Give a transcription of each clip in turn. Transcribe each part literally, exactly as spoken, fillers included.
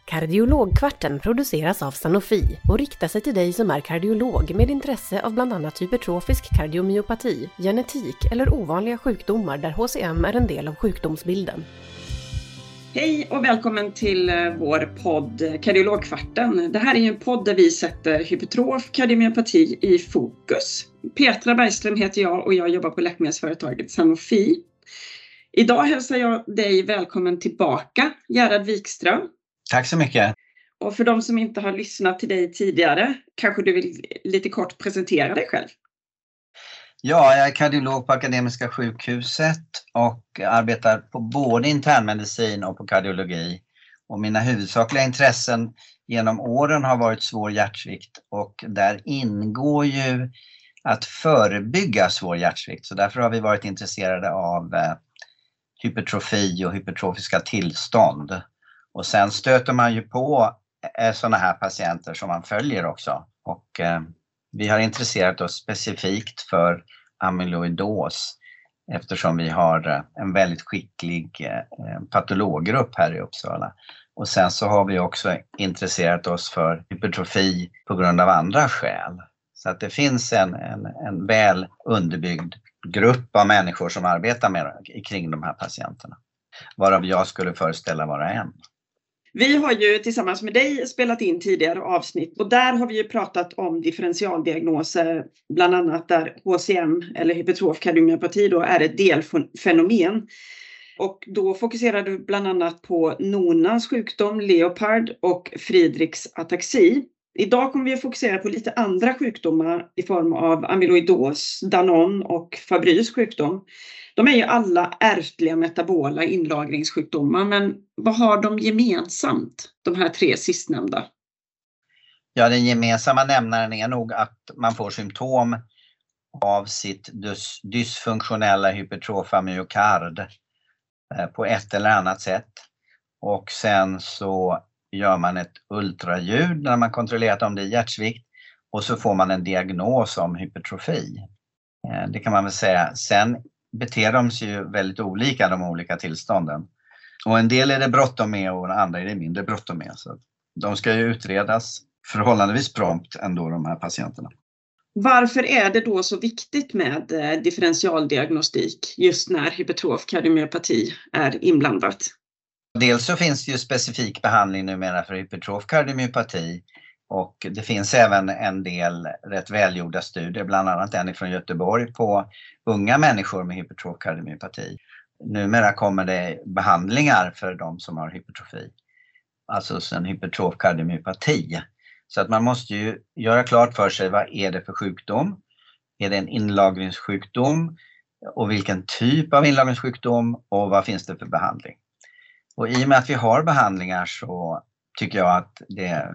Kardiologkvarten produceras av Sanofi och riktar sig till dig som är kardiolog med intresse av bland annat hypertrofisk kardiomyopati, genetik eller ovanliga sjukdomar där H C M är en del av sjukdomsbilden. Hej och välkommen till vår podd Kardiologkvarten. Det här är en podd där vi sätter hypertrof kardiomyopati i fokus. Petra Bergström heter jag och jag jobbar på läkemedelsföretaget Sanofi. Idag hälsar jag dig välkommen tillbaka, Gerhard Wikström. Tack så mycket. Och för de som inte har lyssnat till dig tidigare, kanske du vill lite kort presentera dig själv? Ja, jag är kardiolog på Akademiska sjukhuset och arbetar på både internmedicin och på kardiologi. Och mina huvudsakliga intressen genom åren har varit svår hjärtsvikt och där ingår ju att förebygga svår hjärtsvikt. Så därför har vi varit intresserade av eh, hypertrofi och hypertrofiska tillstånd. Och sen stöter man ju på eh, sådana här patienter som man följer också. Och eh, vi har intresserat oss specifikt för amyloidos eftersom vi har eh, en väldigt skicklig eh, patologgrupp här i Uppsala. Och sen så har vi också intresserat oss för hypertrofi på grund av andra skäl. Så att det finns en, en, en väl underbyggd grupp av människor som arbetar med, kring de här patienterna. Varav jag skulle föreställa vara en. Vi har ju tillsammans med dig spelat in tidigare avsnitt och där har vi ju pratat om differentialdiagnoser, bland annat där H C M eller hypertrof kardiomyopati då är ett delfenomen. Och då fokuserar du bland annat på Nonans sjukdom, Leopard och Friedrichs ataxi. Idag kommer vi att fokusera på lite andra sjukdomar i form av amyloidos, Danon och Fabrys sjukdom. De är ju alla ärftliga metabola inlagringssjukdomar, men vad har de gemensamt, de här tre sistnämnda? Ja, den gemensamma nämnaren är nog att man får symptom av sitt dys- dysfunktionella hypertrofa myokard eh, på ett eller annat sätt. Och sen så gör man ett ultraljud när man kontrollerat om det är hjärtsvikt och så får man en diagnos om hypertrofi. Eh, det kan man väl säga. Sen beter de sig ju väldigt olika, de olika tillstånden. Och en del är det bråttom med och andra är det mindre bråttom med. Så de ska ju utredas förhållandevis prompt ändå, de här patienterna. Varför är det då så viktigt med differentialdiagnostik just när hypertrof kardiomyopati är inblandat? Dels så finns det ju specifik behandling numera för hypertrof kardiomyopati. Och det finns även en del rätt välgjorda studier, bland annat en från Göteborg på unga människor med hypertrof kardiomyopati. Numera kommer det behandlingar för de som har hypertrofi, alltså en hypertrof kardiomyopati. Så att man måste ju göra klart för sig vad är det för sjukdom. Är det en inlagringssjukdom och vilken typ av inlagringssjukdom och vad finns det för behandling. Och i och med att vi har behandlingar så tycker jag att det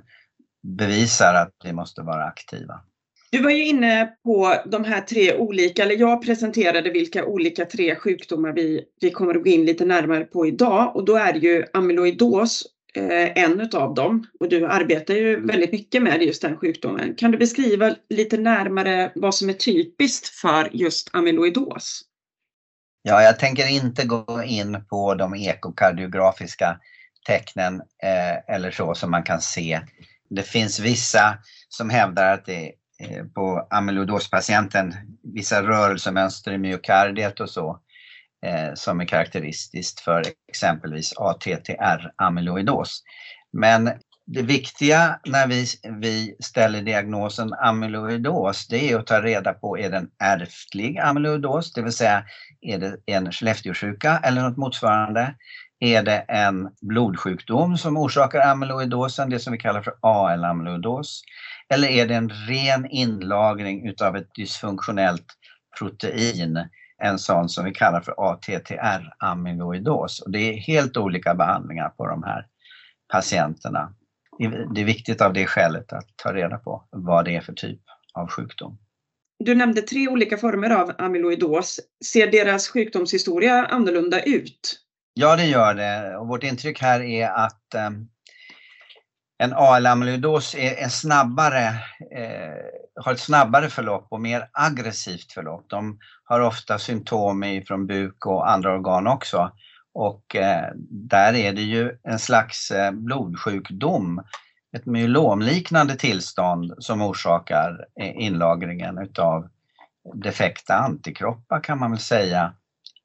bevisar att vi måste vara aktiva. Du var ju inne på de här tre olika, eller jag presenterade vilka olika tre sjukdomar vi, vi kommer att gå in lite närmare på idag. Och då är ju amyloidos eh, en av dem. Och du arbetar ju väldigt mycket med just den sjukdomen. Kan du beskriva lite närmare vad som är typiskt för just amyloidos? Ja, jag tänker inte gå in på de ekokardiografiska tecknen eh, eller så som man kan se. Det finns vissa som hävdar att det är på amyloidospatienten vissa rörelsemönster i myokardiet och så eh, som är karaktäristiskt för exempelvis A T T R-amyloidos. Men det viktiga när vi, vi ställer diagnosen amyloidos, det är att ta reda på är det en ärftlig amyloidos, det vill säga är det en Skellefteåsjuka eller något motsvarande. Är det en blodsjukdom som orsakar amyloidosen, det som vi kallar för A L-amyloidos? Eller är det en ren inlagring utav ett dysfunktionellt protein, en sån som vi kallar för A T T R-amyloidos? Och det är helt olika behandlingar på de här patienterna. Det är viktigt av det skälet att ta reda på vad det är för typ av sjukdom. Du nämnde tre olika former av amyloidos. Ser deras sjukdomshistoria annorlunda ut? Ja, det gör det. Och vårt intryck här är att eh, en A L-amyloidos är, är snabbare, eh, har ett snabbare förlopp och mer aggressivt förlopp. De har ofta symptom från buk och andra organ också. Och eh, där är det ju en slags eh, blodsjukdom, ett myelomliknande tillstånd som orsakar eh, inlagringen utav defekta antikroppar, kan man väl säga,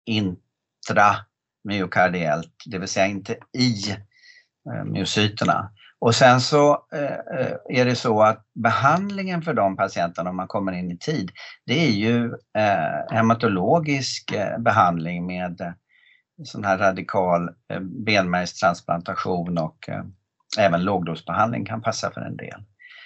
intramyokardiellt, det vill säga inte i eh, myocyterna. Och sen så eh, är det så att behandlingen för de patienterna, om man kommer in i tid, det är ju eh, hematologisk eh, behandling med eh, sån här radikal eh, benmärgstransplantation och eh, även lågdosbehandling kan passa för en del.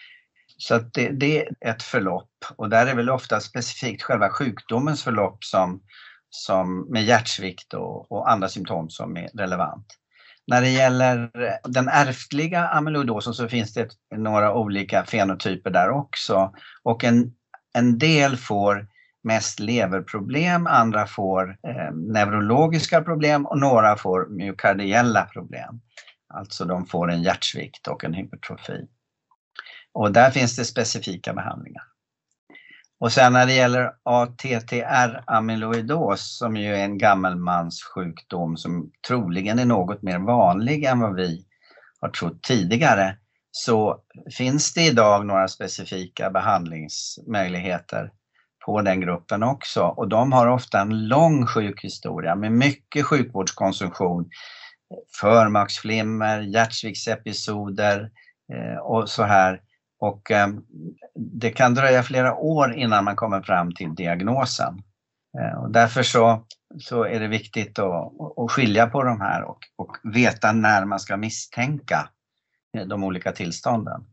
Så att det, det är ett förlopp, och där är väl ofta specifikt själva sjukdomens förlopp som, som med hjärtsvikt och, och andra symptom som är relevant. När det gäller den ärftliga amyloidosen så finns det några olika fenotyper där också, och en, en del får mest leverproblem, andra får eh, neurologiska problem och några får myokardiella problem. Alltså de får en hjärtsvikt och en hypertrofi. Och där finns det specifika behandlingar. Och sen när det gäller A T T R-amyloidos, som ju är en gammelmanssjukdom som troligen är något mer vanlig än vad vi har trott tidigare, så finns det idag några specifika behandlingsmöjligheter på den gruppen också. Och de har ofta en lång sjukhistoria med mycket sjukvårdskonsumtion, förmaksflimmer, hjärtsviktsepisoder eh, och så här. Och eh, det kan dröja flera år innan man kommer fram till diagnosen. Eh, och därför så, så är det viktigt att, att skilja på de här och, och veta när man ska misstänka de olika tillstånden.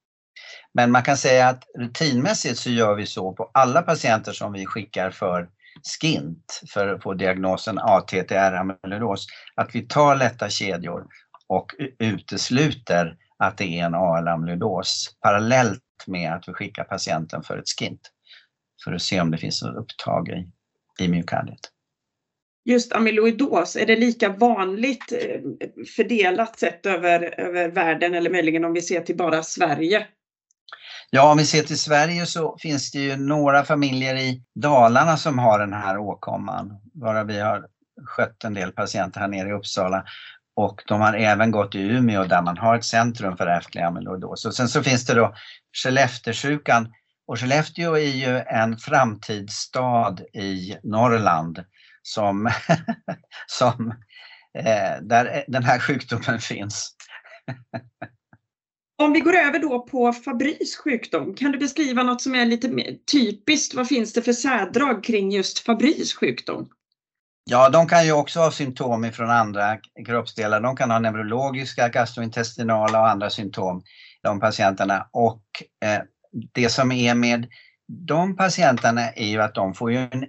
Men man kan säga att rutinmässigt så gör vi så på alla patienter som vi skickar för skint för att få diagnosen A T T R-amyloidos, att vi tar lätta kedjor och utesluter att det är en A L-amyloidos parallellt med att vi skickar patienten för ett skint för att se om det finns något upptag i, i myokardiet. Just amyloidos, är det lika vanligt fördelat sett över, över världen, eller möjligen om vi ser till bara Sverige? Ja, om vi ser till Sverige så finns det ju några familjer i Dalarna som har den här åkomman. Bara vi har skött en del patienter här nere i Uppsala. Och de har även gått i Umeå där man har ett centrum för ärftlig amyloidos. Och sen så finns det då Skellefteåsjukan. Och Skellefteå är ju en framtidsstad i Norrland som, som eh, där den här sjukdomen finns. Om vi går över då på Fabrys sjukdom, kan du beskriva något som är lite mer typiskt? Vad finns det för särdrag kring just Fabrys sjukdom? Ja, de kan ju också ha symptom från andra kroppsdelar. De kan ha neurologiska, gastrointestinala och andra symptom, de patienterna. Och eh, det som är med de patienterna är ju att de får ju en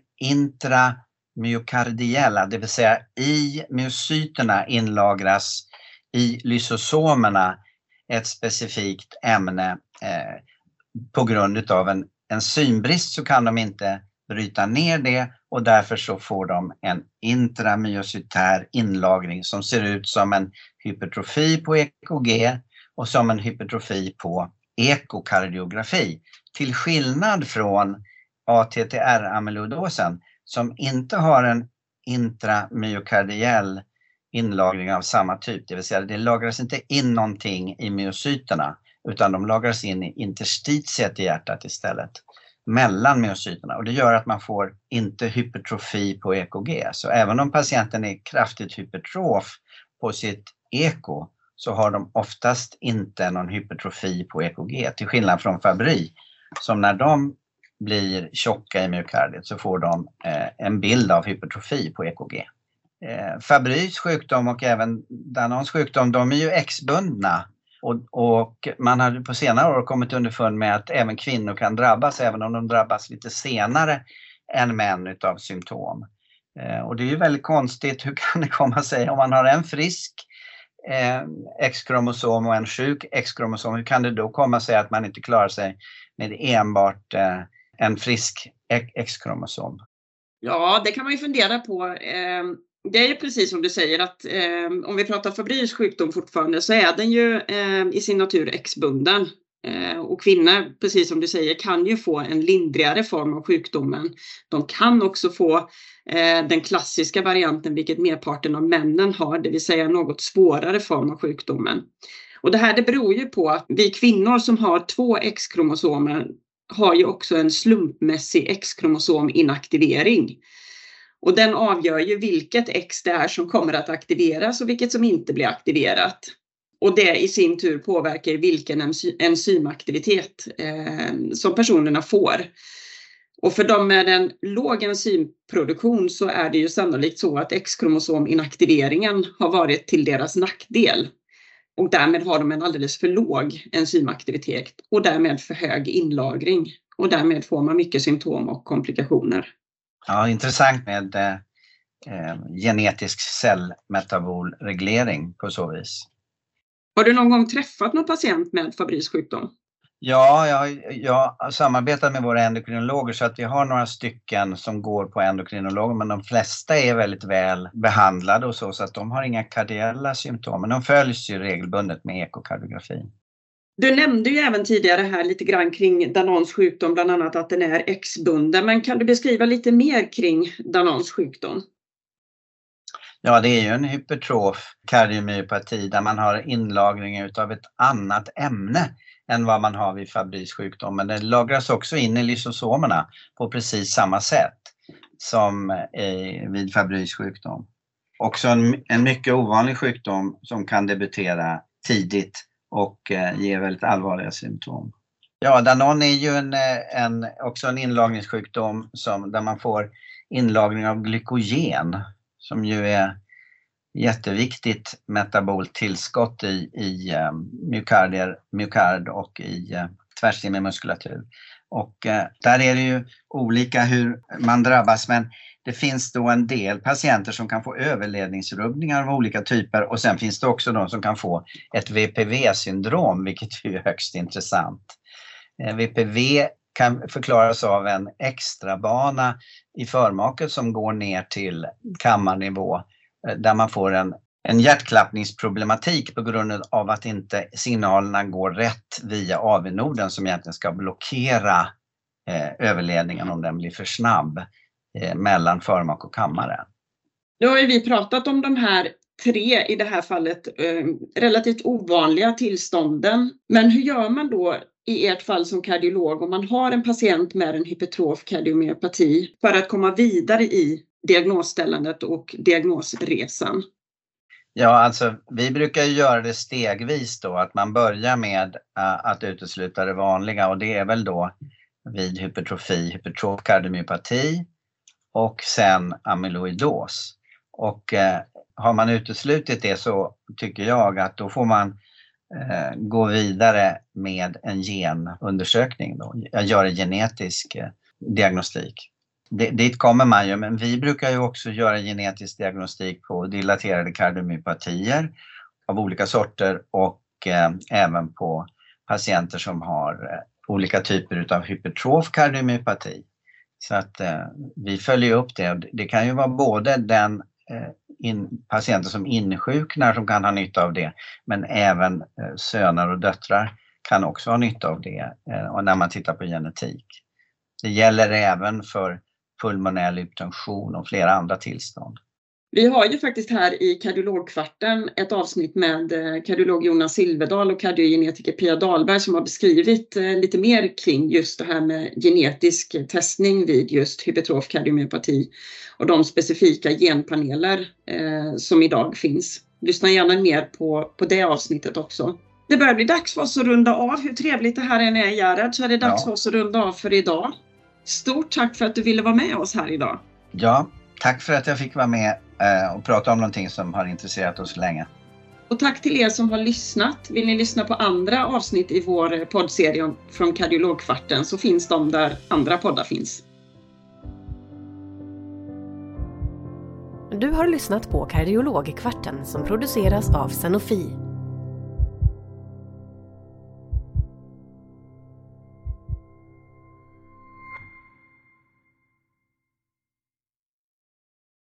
intramyokardiella, det vill säga i myocyterna inlagras i lysosomerna ett specifikt ämne. Eh, på grund av en enzymbrist så kan de inte bryta ner det, och därför så får de en intramyocytär inlagring som ser ut som en hypertrofi på E K G och som en hypertrofi på ekokardiografi. Till skillnad från A T T R-amyloidosen som inte har en intramyokardiell inlagring av samma typ. Det vill säga det lagras inte in någonting i myocyterna, utan de lagras in i interstitiet i hjärtat istället, mellan myocyterna, och det gör att man får inte hypertrofi på E K G. Så även om patienten är kraftigt hypertrof på sitt eko så har de oftast inte någon hypertrofi på E K G, till skillnad från Fabry som när de blir tjocka i myokardiet så får de eh, en bild av hypertrofi på E K G. Eh, Fabrys sjukdom och även Danons sjukdom, de är ju X-bundna. Och, och man har på senare år kommit underfund med att även kvinnor kan drabbas, även om de drabbas lite senare än män utav symptom. Eh, och det är ju väldigt konstigt, hur kan det komma sig om man har en frisk eh, X-kromosom och en sjuk X-kromosom, hur kan det då komma sig att man inte klarar sig med enbart eh, en frisk X-kromosom? Ja, det kan man ju fundera på. Eh... Det är ju precis som du säger att eh, om vi pratar Fabrys sjukdom fortfarande så är den ju eh, i sin natur X-bunden. Och kvinnor, precis som du säger, kan ju få en lindrigare form av sjukdomen. De kan också få eh, den klassiska varianten, vilket merparten av männen har, det vill säga en något svårare form av sjukdomen. Och det här det beror ju på att vi kvinnor som har två X-kromosomer har ju också en slumpmässig X-kromosominaktivering. Och den avgör ju vilket X det är som kommer att aktiveras och vilket som inte blir aktiverat. Och det i sin tur påverkar vilken enzymaktivitet eh, som personerna får. Och för de med en låg enzymproduktion så är det ju sannolikt så att X-kromosominaktiveringen har varit till deras nackdel. Och därmed har de en alldeles för låg enzymaktivitet och därmed för hög inlagring. Och därmed får man mycket symptom och komplikationer. Ja, intressant med eh, genetisk cellmetabolreglering på så vis. Har du någon gång träffat någon patient med Fabris sjukdom? Ja, jag, jag har samarbetat med våra endokrinologer så att vi har några stycken som går på endokrinologer, men de flesta är väldigt väl behandlade och så, så att de har inga kardiella symptom. Men de följs ju regelbundet med ekokardiografin. Du nämnde ju även tidigare här lite grann kring Danons sjukdom, bland annat att den är X-bunden. Men kan du beskriva lite mer kring Danons sjukdom? Ja, det är ju en hypertrof kardiomyopati där man har inlagring av ett annat ämne än vad man har vid Fabris sjukdom. Men det lagras också in i lysosomerna på precis samma sätt som eh, vid Fabris sjukdom. Också en, en mycket ovanlig sjukdom som kan debutera tidigt och eh, ge väldigt allvarliga symptom. Ja, Danon är ju en, en, också en inlagringssjukdom som, där man får inlagring av glykogen som ju är jätteviktigt metabolt tillskott i, i um, myokardier, myokard och i uh, tvärslimmuskulatur. Och uh, där är det ju olika hur man drabbas, men det finns då en del patienter som kan få överledningsrubbningar av olika typer och sen finns det också de som kan få ett V P V-syndrom, vilket är högst intressant. Uh, V P V kan förklaras av en extra bana i förmaket som går ner till kammarnivå där man får en, en hjärtklappningsproblematik på grund av att inte signalerna går rätt via A V-noden som egentligen ska blockera eh, överledningen om den blir för snabb eh, mellan förmak och kammare. Nu har ju vi pratat om de här tre, i det här fallet, eh, relativt ovanliga tillstånden. Men hur gör man då i ert fall som kardiolog om man har en patient med en hypertrof kardiomyopati för att komma vidare i diagnosställandet och diagnosresan? Ja, alltså vi brukar göra det stegvis då, att man börjar med uh, att utesluta det vanliga, och det är väl då vid hypertrofi, hypertrof kardiomyopati och sen amyloidos. Och uh, har man uteslutit det så tycker jag att då får man uh, gå vidare med en genundersökning då, göra genetisk uh, diagnostik. Det, dit kommer man ju, men vi brukar ju också göra genetisk diagnostik på dilaterade kardiomyopatier av olika sorter och eh, även på patienter som har eh, olika typer av hypertrof kardiomyopati. Så att eh, vi följer upp det. Det kan ju vara både den eh, in, patienter som insjuknar som kan ha nytta av det, men även eh, söner och döttrar kan också ha nytta av det eh, och när man tittar på genetik. Det gäller även för pulmonell hypertension och flera andra tillstånd. Vi har ju faktiskt här i kardiologkvarten ett avsnitt med kardiolog Jonas Silverdal och kardiogenetiker Pia Dahlberg som har beskrivit lite mer kring just det här med genetisk testning vid just hypertrof kardiomyopati och de specifika genpaneler eh, som idag finns. Lyssna gärna mer på, på det avsnittet också. Det börjar bli dags för oss att runda av. Hur trevligt det här än är, Gerhard, så är det dags ja. för oss att runda av för idag. Stort tack för att du ville vara med oss här idag. Ja, tack för att jag fick vara med och prata om någonting som har intresserat oss länge. Och tack till er som har lyssnat. Vill ni lyssna på andra avsnitt i vår poddserie från kardiologkvarten så finns de där andra poddar finns. Du har lyssnat på Kardiologkvarten som produceras av Sanofi.